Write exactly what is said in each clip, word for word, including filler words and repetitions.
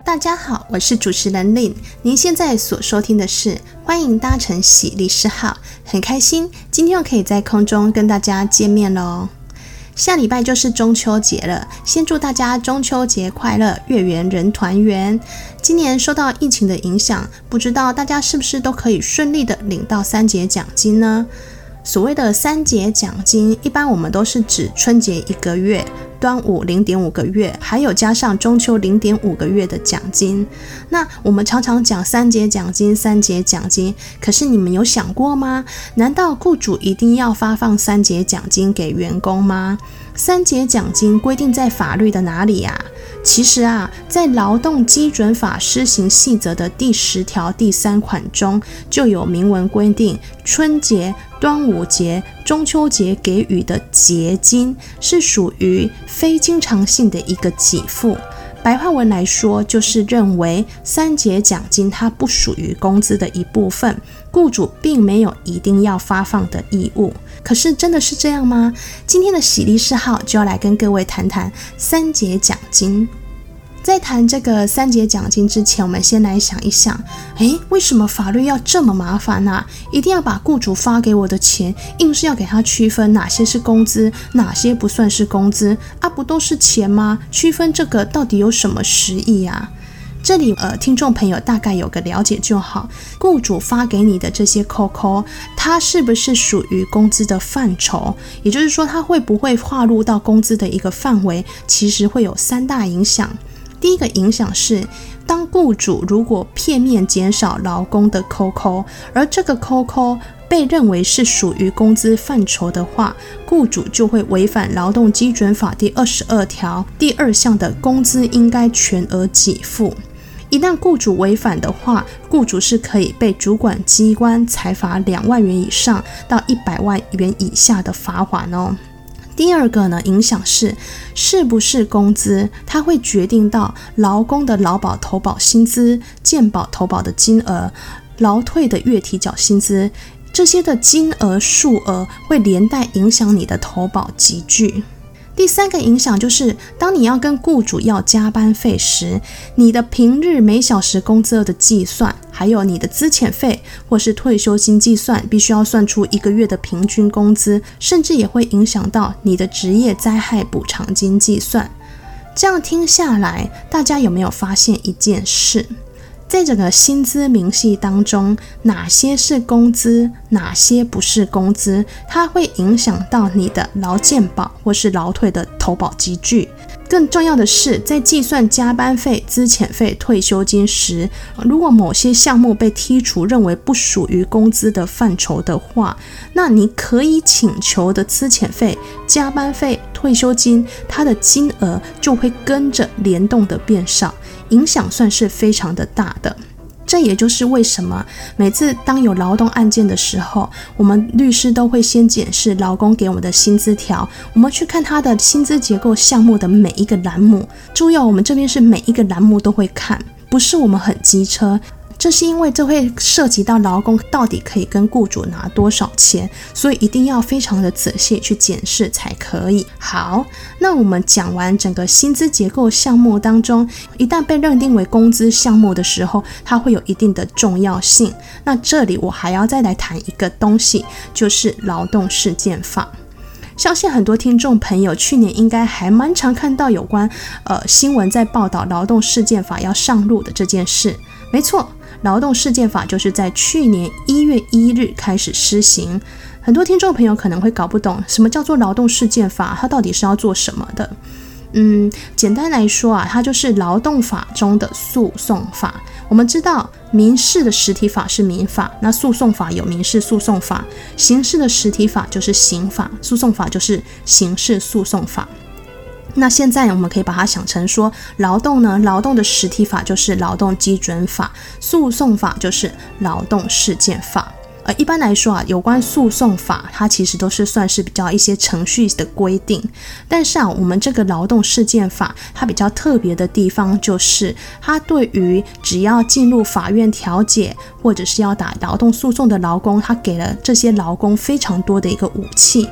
大家好，我是主持人 Lin， 您现在所收听的是欢迎搭乘喜律师号，很开心今天又可以在空中跟大家见面咯。下礼拜就是中秋节了，先祝大家中秋节快乐，月圆人团圆。今年受到疫情的影响，不知道大家是不是都可以顺利的领到三节奖金呢？所谓的三节奖金，一般我们都是指春节一个月，端午 零点五 个月，还有加上中秋 零点五 个月的奖金。那我们常常讲三节奖金三节奖金，可是你们有想过吗？难道雇主一定要发放三节奖金给员工吗？三节奖金规定在法律的哪里啊？其实啊，在劳动基准法施行细则的第十条第三款中，就有明文规定，春节、端午节、中秋节给予的节金是属于非经常性的一个给付。白话文来说，就是认为三节奖金它不属于工资的一部分，雇主并没有一定要发放的义务。可是真的是这样吗？今天的喜律师号就要来跟各位谈谈三节奖金。在谈这个三节奖金之前，我们先来想一想，诶，为什么法律要这么麻烦啊？一定要把雇主发给我的钱，硬是要给他区分哪些是工资，哪些不算是工资啊？不都是钱吗？区分这个到底有什么实意啊？这里呃，听众朋友大概有个了解就好。雇主发给你的这些扣扣，它是不是属于工资的范畴？也就是说，它会不会划入到工资的一个范围？其实会有三大影响。第一个影响是，当雇主如果片面减少劳工的扣扣，而这个扣扣被认为是属于工资范畴的话，雇主就会违反劳动基准法第二十二条第二项的工资应该全额给付。一旦雇主违反的话，雇主是可以被主管机关裁罚两万元以上到一百万元以下的罚款哦。第二个呢，影响是是不是工资，它会决定到劳工的劳保投保薪资、健保投保的金额、劳退的月提缴薪资，这些的金额数额会连带影响你的投保集聚。第三个影响就是，当你要跟雇主要加班费时，你的平日每小时工资额的计算，还有你的资遣费或是退休金计算，必须要算出一个月的平均工资，甚至也会影响到你的职业灾害补偿金计算。这样听下来，大家有没有发现一件事？在整个薪资明细当中，哪些是工资，哪些不是工资，它会影响到你的劳健保或是劳退的投保集聚。更重要的是，在计算加班费、资遣费、退休金时，如果某些项目被剔除，认为不属于工资的范畴的话，那你可以请求的资遣费、加班费、退休金，它的金额就会跟着联动的变少，影响算是非常的大的。这也就是为什么每次当有劳动案件的时候，我们律师都会先检视劳工给我们的薪资条，我们去看他的薪资结构项目的每一个栏目。注意哦，我们这边是每一个栏目都会看，不是我们很机车。这是因为这会涉及到劳工到底可以跟雇主拿多少钱，所以一定要非常的仔细去检视才可以。好，那我们讲完整个薪资结构项目当中，一旦被认定为工资项目的时候，它会有一定的重要性。那这里我还要再来谈一个东西，就是劳动事件法。相信很多听众朋友去年应该还蛮常看到有关呃新闻在报道劳动事件法要上路的这件事。没错，劳动事件法就是在去年一月一日开始施行。很多听众朋友可能会搞不懂什么叫做劳动事件法，它到底是要做什么的。嗯，简单来说啊，它就是劳动法中的诉讼法。我们知道民事的实体法是民法，那诉讼法有民事诉讼法，刑事的实体法就是刑法，诉讼法就是刑事诉讼法。那现在我们可以把它想成说，劳动呢，劳动的实体法就是劳动基准法，诉讼法就是劳动事件法。呃，一般来说啊，有关诉讼法，它其实都是算是比较一些程序的规定。但是啊，我们这个劳动事件法，它比较特别的地方就是，它对于只要进入法院调解或者是要打劳动诉讼的劳工，它给了这些劳工非常多的一个武器。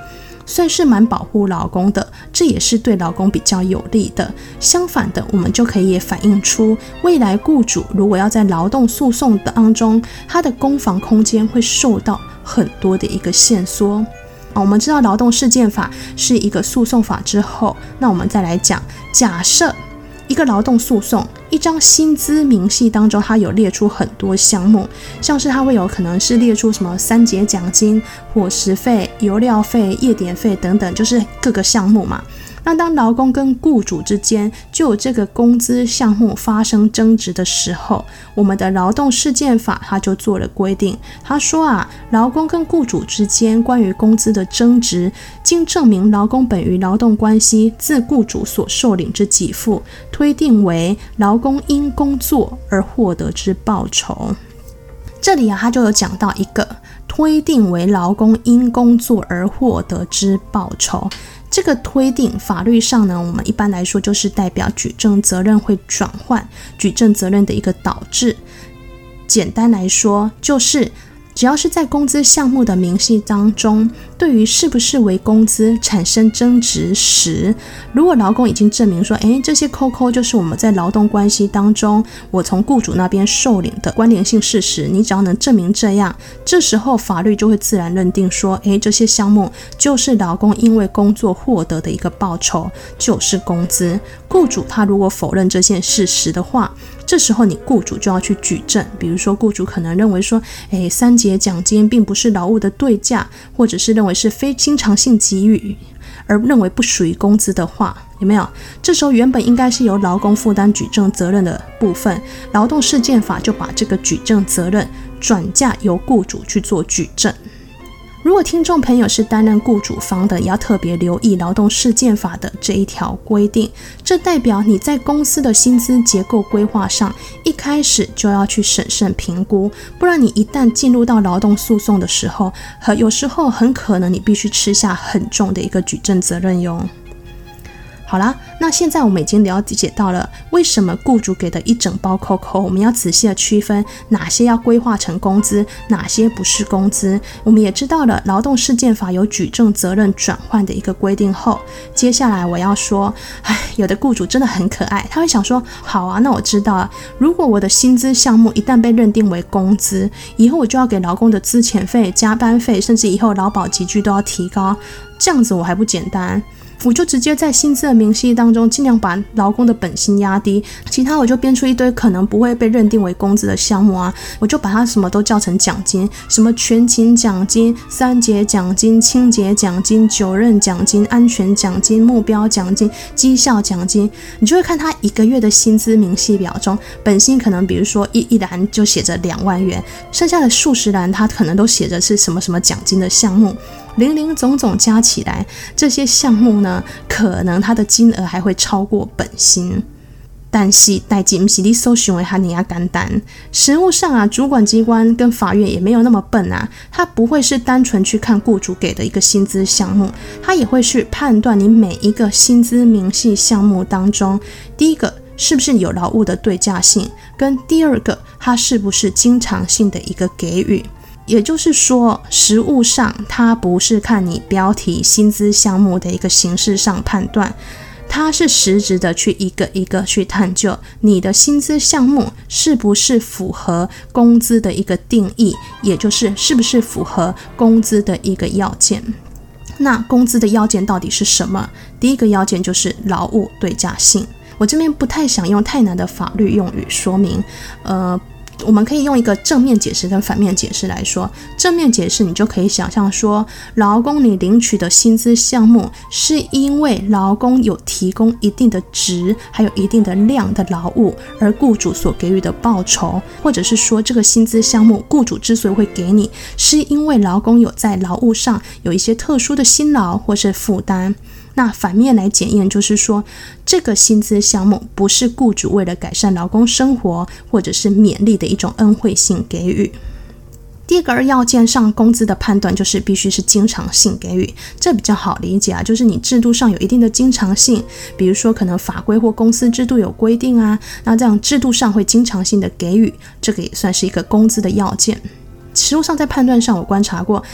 算是蛮保护劳工的，这也是对劳工比较有利的。相反的，我们就可以也反映出未来雇主如果要在劳动诉讼当中，他的攻防空间会受到很多的一个限缩。我们知道劳动事件法是一个诉讼法之后，那我们再来讲，假设一个劳动诉讼，一张薪资明细当中，它有列出很多项目，像是它会有可能是列出什么三节奖金、伙食费、油料费、夜点费等等，就是各个项目嘛。那当劳工跟雇主之间就有这个工资项目发生争执的时候，我们的劳动事件法它就做了规定，他说啊，劳工跟雇主之间关于工资的争执，经证明劳工本于劳动关系自雇主所受领之给付，推定为劳工因工作而获得之报酬。这里啊，他就有讲到一个推定为劳工因工作而获得之报酬。这个推定法律上呢，我们一般来说就是代表举证责任会转换，举证责任的一个导致。简单来说，就是只要是在工资项目的明细当中，对于是不是为工资产生争执时，如果劳工已经证明说，诶，这些扣扣就是我们在劳动关系当中我从雇主那边受领的关联性事实，你只要能证明这样，这时候法律就会自然认定说，诶，这些项目就是劳工因为工作获得的一个报酬，就是工资。雇主他如果否认这件事实的话，这时候你雇主就要去举证，比如说雇主可能认为说，诶，三节奖金并不是劳务的对价，或者是认为是非经常性给予，而认为不属于工资的话，有没有？这时候原本应该是由劳工负担举证责任的部分，劳动事件法就把这个举证责任转嫁由雇主去做举证。如果听众朋友是担任雇主方的，也要特别留意劳动事件法的这一条规定，这代表你在公司的薪资结构规划上一开始就要去审慎评估，不然你一旦进入到劳动诉讼的时候，有时候很可能你必须吃下很重的一个举证责任哟。好啦，那现在我们已经了解到了为什么雇主给的一整包扣扣，我们要仔细的区分哪些要规划成工资，哪些不是工资。我们也知道了劳动事件法有举证责任转换的一个规定后，接下来我要说，唉，有的雇主真的很可爱，他会想说，好啊，那我知道了，如果我的薪资项目一旦被认定为工资，以后我就要给劳工的资遣费、加班费，甚至以后劳保集聚都要提高，这样子我还不简单？我就直接在薪资的明细当中尽量把劳工的本薪压低，其他我就编出一堆可能不会被认定为工资的项目啊，我就把它什么都叫成奖金，什么全勤奖金、三节奖金、清洁奖金、九任奖金、安全奖金、目标奖金、绩效奖金，你就会看他一个月的薪资明细表中，本薪可能比如说一一栏就写着两万元，剩下的数十栏他可能都写着是什么什么奖金的项目，零零总总加起来，这些项目呢，可能它的金额还会超过本薪。但是代志不是你所想的那么简单，实务上啊，主管机关跟法院也没有那么笨啊，他不会是单纯去看雇主给的一个薪资项目，他也会去判断你每一个薪资明细项目当中，第一个是不是有劳务的对价性，跟第二个它是不是经常性的一个给予。也就是说，实务上它不是看你标题薪资项目的一个形式上判断，它是实质的去一个一个去探究你的薪资项目是不是符合工资的一个定义，也就是是不是符合工资的一个要件。那工资的要件到底是什么？第一个要件就是劳务对价性。我这边不太想用太难的法律用语说明，呃我们可以用一个正面解释跟反面解释来说。正面解释你就可以想象说，劳工你领取的薪资项目是因为劳工有提供一定的值还有一定的量的劳务而雇主所给予的报酬，或者是说这个薪资项目雇主之所以会给你，是因为劳工有在劳务上有一些特殊的辛劳或是负担。那反面来检验，就是说这个薪资项目不是雇主为了改善劳工生活或者是勉励的一种恩惠性给予。第二个要件上工资的判断就是必须是经常性给予，这比较好理解啊，就是你制度上有一定的经常性，比如说可能法规或公司制度有规定啊，那这样制度上会经常性的给予，这个也算是一个工资的要件。实务上在判断上我观察过，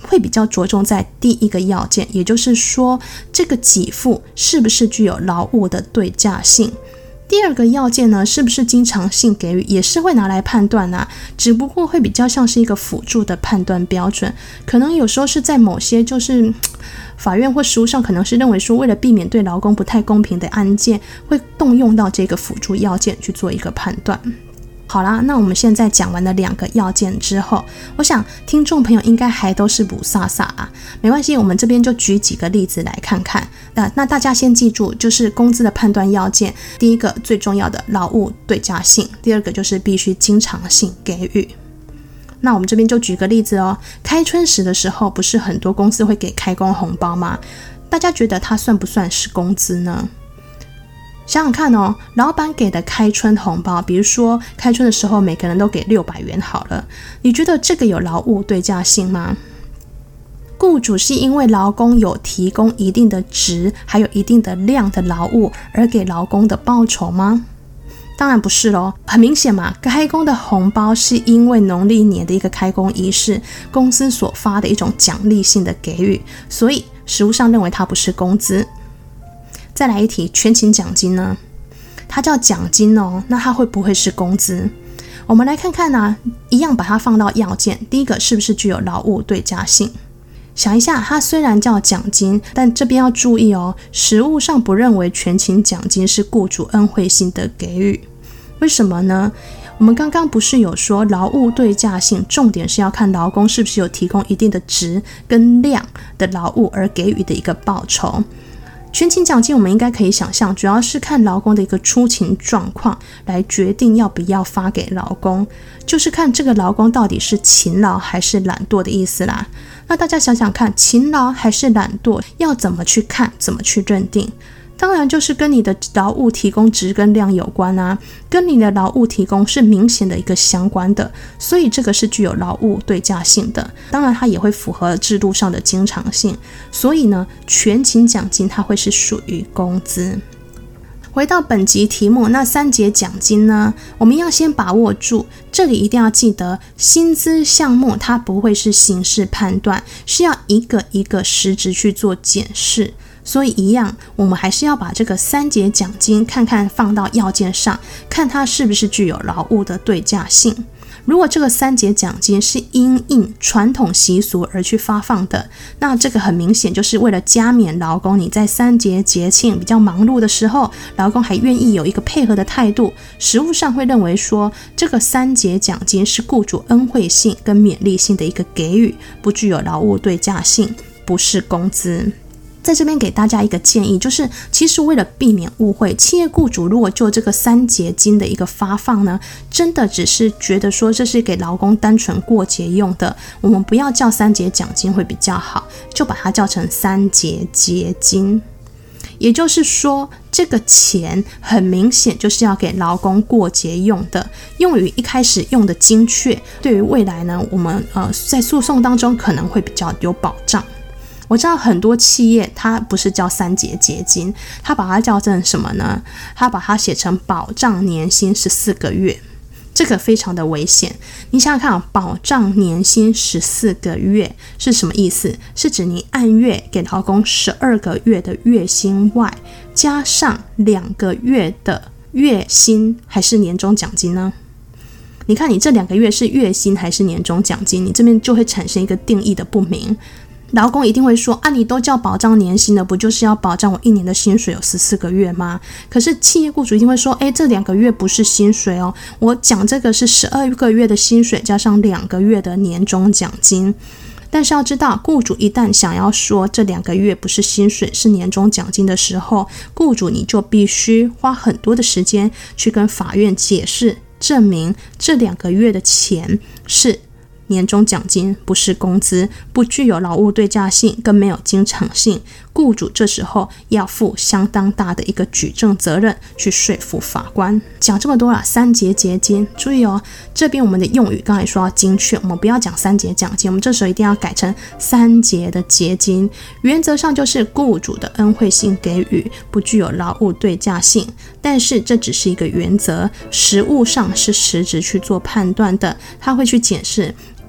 会比较着重在第一个要件，也就是说这个给付是不是具有劳务的对价性。第二个要件呢，是不是经常性给予，也是会拿来判断啊，只不过会比较像是一个辅助的判断标准，可能有时候是在某些就是法院或实务上可能是认为说，为了避免对劳工不太公平的案件，会动用到这个辅助要件去做一个判断。好啦，那我们现在讲完了两个要件之后，我想听众朋友应该还都是不飒飒啊，没关系，我们这边就举几个例子来看看。那那大家先记住，就是工资的判断要件，第一个最重要的劳务对价性，第二个就是必须经常性给予。那我们这边就举个例子哦，开春时的时候，不是很多公司会给开工红包吗？大家觉得它算不算是工资呢？想想看哦，老板给的开春红包，比如说开春的时候每个人都给六百元好了，你觉得这个有劳务对价性吗？雇主是因为劳工有提供一定的值，还有一定的量的劳务而给劳工的报酬吗？当然不是咯，很明显嘛，开工的红包是因为农历年的一个开工仪式，公司所发的一种奖励性的给予，所以实务上认为它不是工资。再来一题，全勤奖金呢？它叫奖金哦，那它会不会是工资？我们来看看啊，一样把它放到要件，第一个是不是具有劳务对价性？想一下，它虽然叫奖金，但这边要注意哦，实务上不认为全勤奖金是雇主恩惠性的给予。为什么呢？我们刚刚不是有说劳务对价性，重点是要看劳工是不是有提供一定的值跟量的劳务而给予的一个报酬。全勤奖金我们应该可以想象，主要是看劳工的一个出勤状况来决定要不要发给劳工，就是看这个劳工到底是勤劳还是懒惰的意思啦。那大家想想看，勤劳还是懒惰，要怎么去看，怎么去认定？当然就是跟你的劳务提供值跟量有关啊，跟你的劳务提供是明显的一个相关的，所以这个是具有劳务对价性的。当然它也会符合制度上的经常性，所以呢，全勤奖金它会是属于工资。回到本集题目，那三节奖金呢，我们要先把握住，这里一定要记得，薪资项目它不会是形式判断，是要一个一个实质去做检视。所以一样，我们还是要把这个三节奖金看看放到要件上，看它是不是具有劳务的对价性。如果这个三节奖金是因应传统习俗而去发放的，那这个很明显就是为了加冕劳工，你在三节节庆比较忙碌的时候，劳工还愿意有一个配合的态度，实务上会认为说，这个三节奖金是雇主恩惠性跟勉励性的一个给予，不具有劳务对价性，不是工资。在这边给大家一个建议，就是其实为了避免误会，企业雇主如果就这个三节金的一个发放呢，真的只是觉得说这是给劳工单纯过节用的，我们不要叫三节奖金会比较好，就把它叫成三节节金。也就是说，这个钱很明显就是要给劳工过节用的，用于一开始用的精确，对于未来呢，我们呃在诉讼当中可能会比较有保障。我知道很多企业它不是叫三节节金，它把它叫成什么呢？它把它写成保障年薪十四个月，这个非常的危险。你想想看，保障年薪十四个月是什么意思？是指你按月给劳工十二个月的月薪外，加上两个月的月薪还是年终奖金呢？你看你这两个月是月薪还是年终奖金，你这边就会产生一个定义的不明。劳工一定会说啊，你都叫保障年薪了，不就是要保障我一年的薪水有十四个月吗？可是企业雇主一定会说，诶，这两个月不是薪水哦，我讲这个是十二个月的薪水加上两个月的年终奖金。但是要知道，雇主一旦想要说这两个月不是薪水是年终奖金的时候，雇主你就必须花很多的时间去跟法院解释证明这两个月的钱是年终奖金，不是工资，不具有劳务对价性，更没有经常性。雇主这时候要负相当大的一个举证责任，去说服法官。讲这么多啦，三节节金，注意哦，这边我们的用语刚才说要精确，我们不要讲三节奖金，我们这时候一定要改成三节的节金。原则上就是雇主的恩惠性给予，不具有劳务对价性，但是这只是一个原则，实务上是实质去做判断的，他会去检视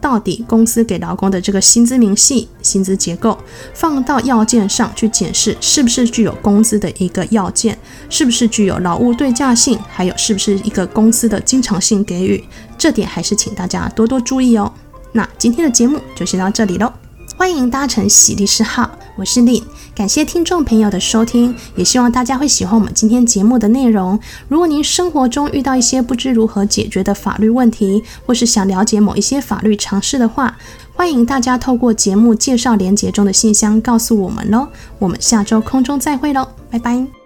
到底公司给劳工的这个薪资明细、薪资结构放到要件上去检视，是不是具有工资的一个要件，是不是具有劳务对价性，还有是不是一个公司的经常性给予，这点还是请大家多多注意哦。那今天的节目就先到这里咯，欢迎搭乘喜律师号，我是Lynn，感谢听众朋友的收听，也希望大家会喜欢我们今天节目的内容。如果您生活中遇到一些不知如何解决的法律问题，或是想了解某一些法律常识的话，欢迎大家透过节目介绍连结中的信箱告诉我们咯。我们下周空中再会咯，拜拜。